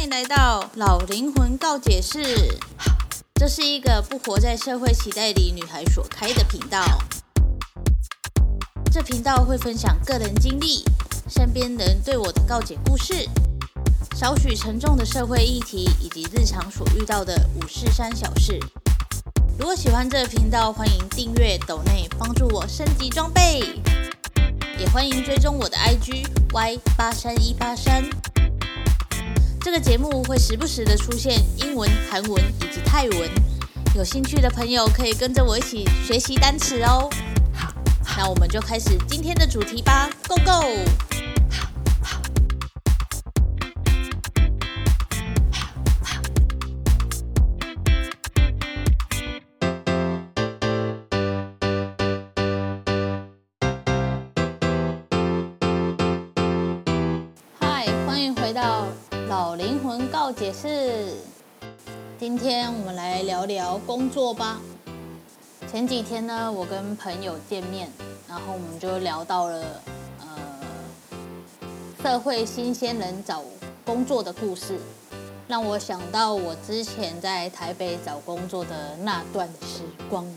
迎来到老灵魂告解室。这是一个不活在社会期待里女孩所开的频道。这频道会分享个人经历、身边人对我的告解故事，少许沉重的社会议题，以及日常所遇到的五四三小事。如果喜欢这个频道，欢迎订阅、抖内帮助我升级装备，也欢迎追踪我的 IG Y83183。这个节目会时不时的出现英文、韩文以及泰文，有兴趣的朋友可以跟着我一起学习单词哦。那我们就开始今天的主题吧 ，Go Go！欢迎回到老灵魂告解室。今天我们来聊聊工作吧。前几天呢，我跟朋友见面，然后我们就聊到了社会新鲜人找工作的故事，让我想到我之前在台北找工作的那段时光。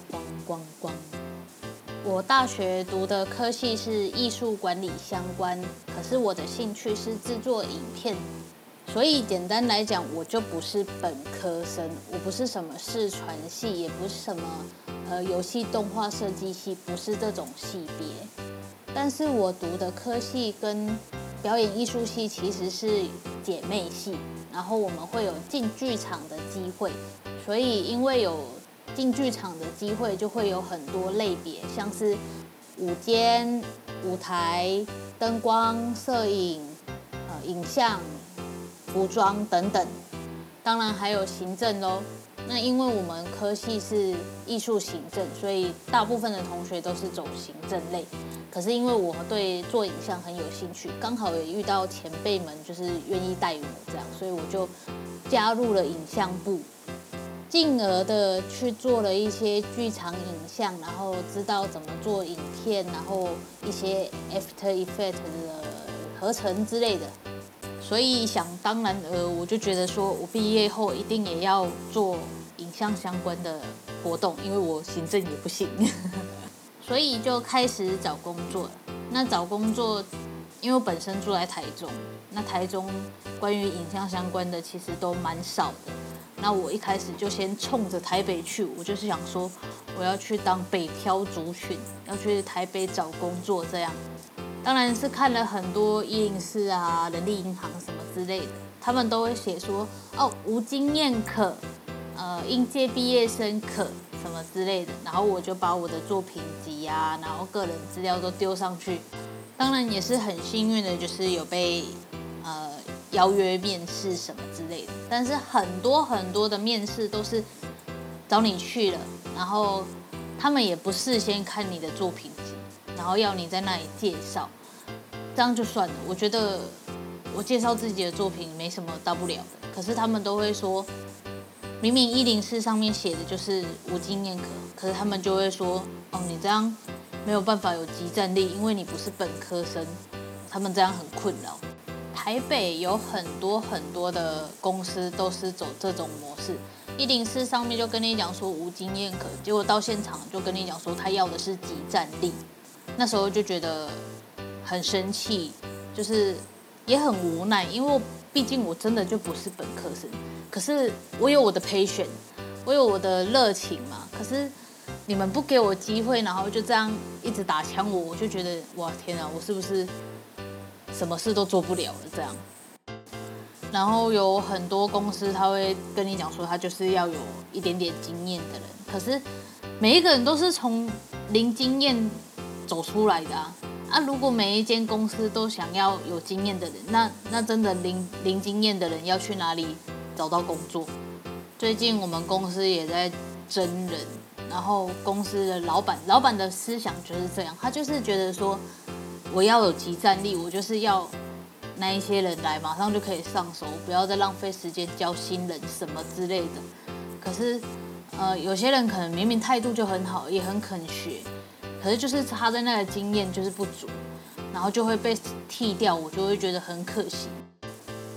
我大学读的科系是艺术管理相关，可是我的兴趣是制作影片，所以简单来讲，我就不是本科生，我不是什么视传系，也不是什么游戏动画设计系，不是这种系别。但是我读的科系跟表演艺术系其实是姐妹系，然后我们会有进剧场的机会，所以因为有进剧场的机会，就会有很多类别，像是舞监、舞台、灯光、摄影、影像、服装等等，当然还有行政咯。那因为我们科系是艺术行政，所以大部分的同学都是走行政类。可是因为我对做影像很有兴趣，刚好也遇到前辈们就是愿意带我这样，所以我就加入了影像部。进而的去做了一些剧场影像，然后知道怎么做影片，然后一些 After Effect 的合成之类的。所以想当然我就觉得说我毕业后一定也要做影像相关的活动，因为我行政也不行。所以就开始找工作了。那找工作，因为我本身住在台中，那台中关于影像相关的其实都蛮少的。那我一开始就先冲着台北去，我就是想说我要去当北漂族群，要去台北找工作这样。当然是看了很多104啊、人力银行什么之类的，他们都会写说无经验可，应届毕业生可什么之类的。然后我就把我的作品集啊，然后个人资料都丢上去。当然也是很幸运的，就是有被邀约面试什么之类的，但是很多的面试都是找你去了，然后他们也不事先看你的作品集，然后要你在那里介绍，这样就算了。我觉得我介绍自己的作品没什么大不了的，可是他们都会说，明明104上面写的就是无经验可是他们就会说你这样没有办法有即战力，因为你不是本科生，他们这样很困扰。台北有很多的公司都是走这种模式，104上面就跟你讲说无经验可，结果到现场就跟你讲说他要的是即战力。那时候就觉得很生气，就是也很无奈，因为毕竟我真的就不是本科生，可是我有我的passion，我有我的热情嘛，可是你们不给我机会，然后就这样一直打枪我就觉得哇天啊，我是不是什么事都做不了了这样。然后有很多公司他会跟你讲说他就是要有一点点经验的人，可是每一个人都是从零经验走出来的如果每一间公司都想要有经验的人，那真的零经验的人要去哪里找到工作？最近我们公司也在征人，然后公司的老板的思想就是这样，他就是觉得说我要有即战力，我就是要那一些人来马上就可以上手，不要再浪费时间教新人什么之类的。可是有些人可能明明态度就很好，也很肯学，可是就是他在那个经验就是不足，然后就会被剔掉，我就会觉得很可惜。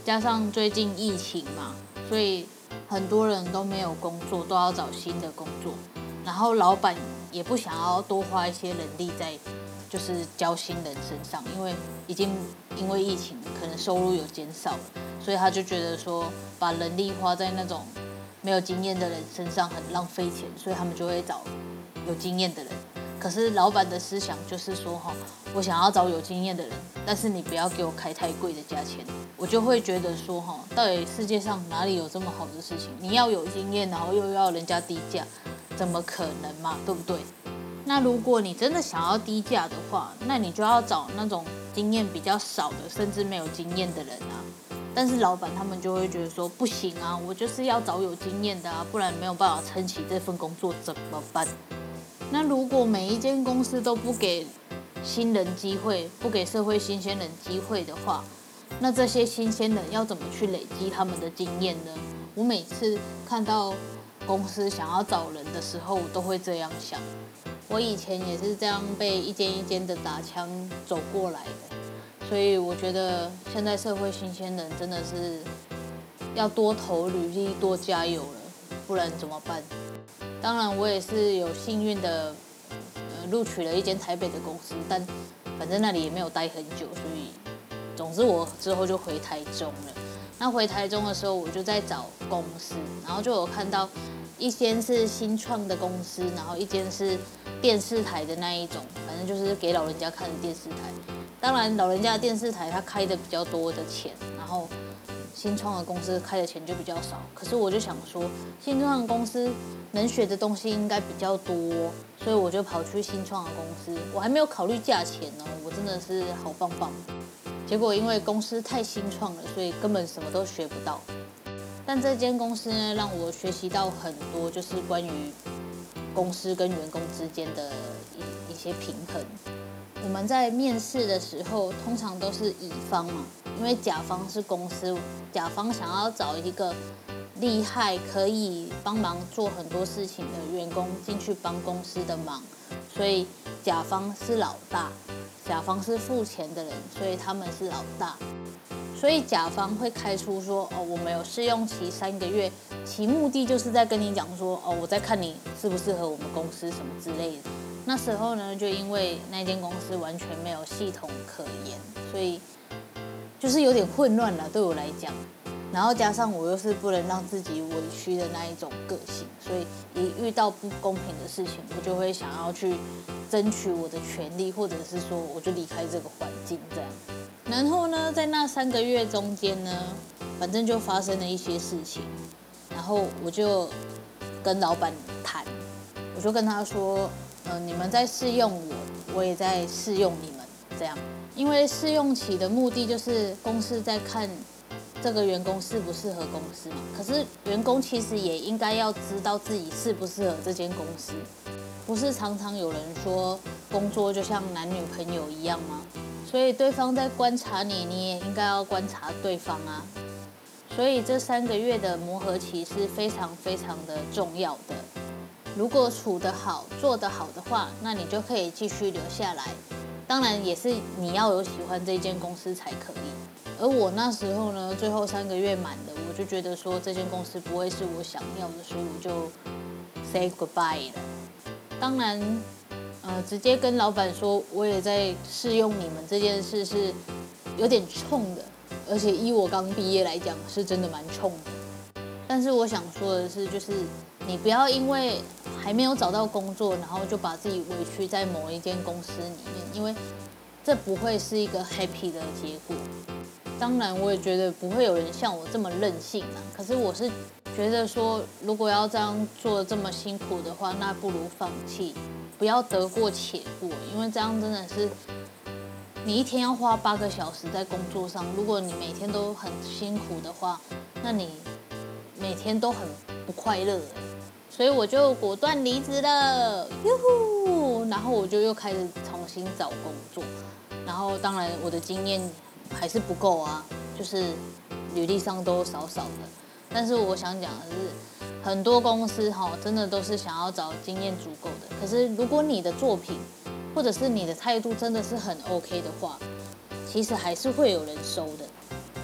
加上最近疫情嘛，所以很多人都没有工作，都要找新的工作。然后老板也不想要多花一些人力在就是教新人身上，因为因为疫情可能收入有减少，所以他就觉得说把人力花在那种没有经验的人身上很浪费钱，所以他们就会找有经验的人。可是老板的思想就是说我想要找有经验的人，但是你不要给我开太贵的价钱。我就会觉得说到底世界上哪里有这么好的事情？你要有经验，然后又要人家低价，怎么可能嘛？对不对？那如果你真的想要低价的话，那你就要找那种经验比较少的，甚至没有经验的人啊。但是老板他们就会觉得说不行啊，我就是要找有经验的啊，不然没有办法撑起这份工作怎么办？那如果每一间公司都不给新人机会，不给社会新鲜人机会的话，那这些新鲜人要怎么去累积他们的经验呢？我每次看到公司想要找人的时候，我都会这样想。我以前也是这样被一间一间的打枪走过来的，所以我觉得现在社会新鲜人真的是要多投履历，多加油了，不然怎么办？当然，我也是有幸运的，录取了一间台北的公司，但反正那里也没有待很久，所以总之我之后就回台中了。那回台中的时候，我就在找公司，然后就有看到一间是新创的公司，然后一间是电视台的那一种，反正就是给老人家看的电视台。当然，老人家的电视台他开的比较多的钱，然后新创的公司开的钱就比较少。可是我就想说，新创的公司能学的东西应该比较多，所以我就跑去新创的公司。我还没有考虑价钱哦，我真的是好棒棒。结果因为公司太新创了，所以根本什么都学不到。但这间公司呢，让我学习到很多，就是关于公司跟员工之间的一些平衡。我们在面试的时候，通常都是乙方嘛，因为甲方是公司，甲方想要找一个厉害可以帮忙做很多事情的员工进去帮公司的忙，所以甲方是老大，甲方是付钱的人，所以他们是老大。所以甲方会开出说我们有试用期3个月，其目的就是在跟你讲说我在看你适不适合我们公司什么之类的。那时候呢，就因为那间公司完全没有系统可言，所以就是有点混乱了，对我来讲。然后加上我又是不能让自己委屈的那一种个性，所以一遇到不公平的事情，我就会想要去争取我的权利，或者是说我就离开这个环境这样。然后呢，在那3个月中间呢，反正就发生了一些事情，然后我就跟老板谈，我就跟他说，你们在试用我，我也在试用你们，这样。因为试用期的目的就是公司在看这个员工适不适合公司嘛。可是员工其实也应该要知道自己适不适合这间公司，不是常常有人说工作就像男女朋友一样吗？所以对方在观察你，你也应该要观察对方啊。所以这3个月的磨合期是非常非常的重要的。如果处得好、做得好的话，那你就可以继续留下来。当然也是你要有喜欢这间公司才可以。而我那时候呢，最后3个月满了，我就觉得说这间公司不会是我想要的，所以我就 say goodbye 了。当然，直接跟老板说我也在试用你们这件事是有点冲的，而且依我刚毕业来讲，是真的蛮冲的。但是我想说的是，就是你不要因为还没有找到工作，然后就把自己委屈在某一间公司里面，因为这不会是一个 happy 的结果。当然，我也觉得不会有人像我这么任性啊。可是我是觉得说，如果要这样做这么辛苦的话，那不如放弃，不要得过且过，因为这样真的是你一天要花8个小时在工作上。如果你每天都很辛苦的话，那你每天都很不快乐。所以我就果断离职了，哟呼！然后我就又开始重新找工作。然后当然我的经验还是不够啊，就是履历上都少少的。但是我想讲的是，很多公司真的都是想要找经验足够的。可是如果你的作品或者是你的态度真的是很 OK 的话，其实还是会有人收的。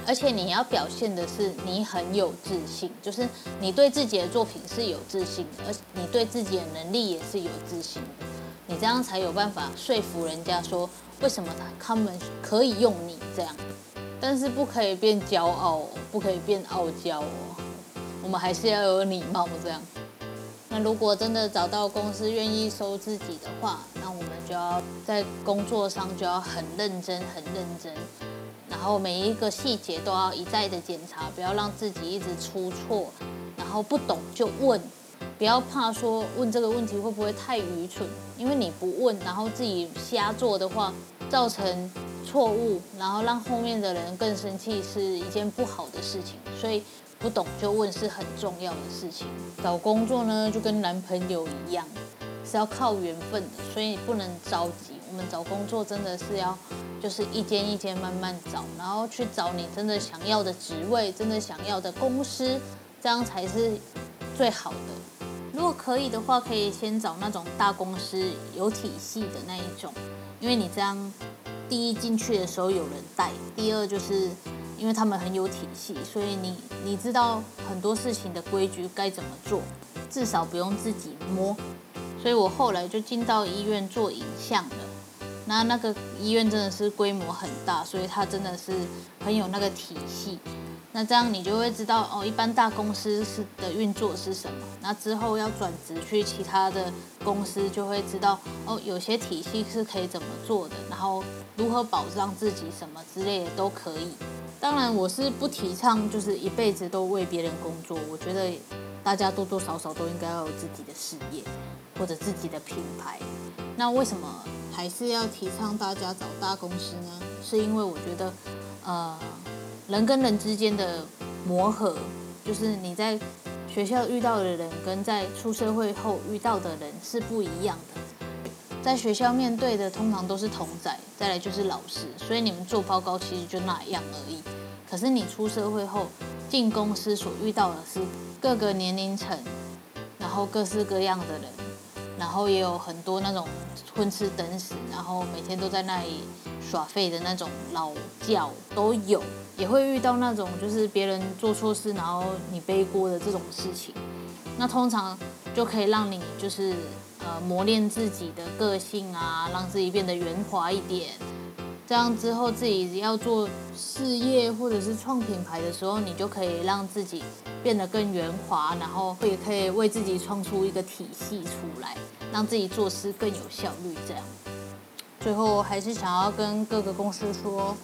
而且你要表现的是你很有自信，就是你对自己的作品是有自信的，而你对自己的能力也是有自信的，你这样才有办法说服人家说为什么他们可以用你这样。但是不可以变骄傲哦，不可以变傲娇哦，我们还是要有礼貌这样。那如果真的找到公司愿意收自己的话，那我们就要在工作上就要很认真，很认真，然后每一个细节都要一再的检查，不要让自己一直出错，然后不懂就问，不要怕说问这个问题会不会太愚蠢，因为你不问，然后自己瞎做的话，造成错误，然后让后面的人更生气，是一件不好的事情。所以不懂就问是很重要的事情。找工作呢，就跟男朋友一样，是要靠缘分的，所以不能着急。我们找工作真的是要就是一间一间慢慢找，然后去找你真的想要的职位，真的想要的公司，这样才是最好的。如果可以的话，可以先找那种大公司有体系的那一种，因为你这样第一进去的时候有人带，第二就是因为他们很有体系，所以你知道很多事情的规矩该怎么做，至少不用自己摸。所以我后来就进到医院做影像了。那个医院真的是规模很大，所以它真的是很有那个体系。那这样你就会知道哦，一般大公司的运作是什么。那之后要转职去其他的公司，就会知道哦，有些体系是可以怎么做的，然后如何保障自己什么之类的都可以。当然，我是不提倡就是一辈子都为别人工作。我觉得大家多多少少都应该要有自己的事业或者自己的品牌。那为什么还是要提倡大家找大公司呢？是因为我觉得，人跟人之间的磨合，就是你在学校遇到的人跟在出社会后遇到的人是不一样的。在学校面对的通常都是同侪，再来就是老师，所以你们做报告其实就那样而已。可是你出社会后进公司所遇到的是各个年龄层，然后各式各样的人，然后也有很多那种混吃等死，然后每天都在那里耍废的那种老教都有，也会遇到那种就是别人做错事，然后你背锅的这种事情。那通常就可以让你就是磨练自己的个性啊，让自己变得圆滑一点。这样之后自己要做事业或者是创品牌的时候，你就可以让自己变得更圆滑，然后也可以为自己创出一个体系出来，让自己做事更有效率。这样，最后还是想要跟各个公司说，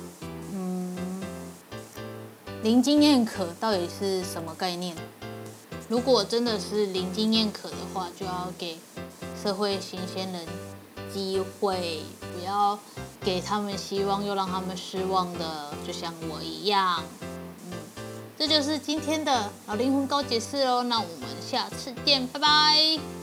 零经验可到底是什么概念？如果真的是零经验可的话，就要给社会新鲜人机会，不要给他们希望又让他们失望的，就像我一样。这就是今天的老灵魂高解释喽，那我们下次见，拜拜。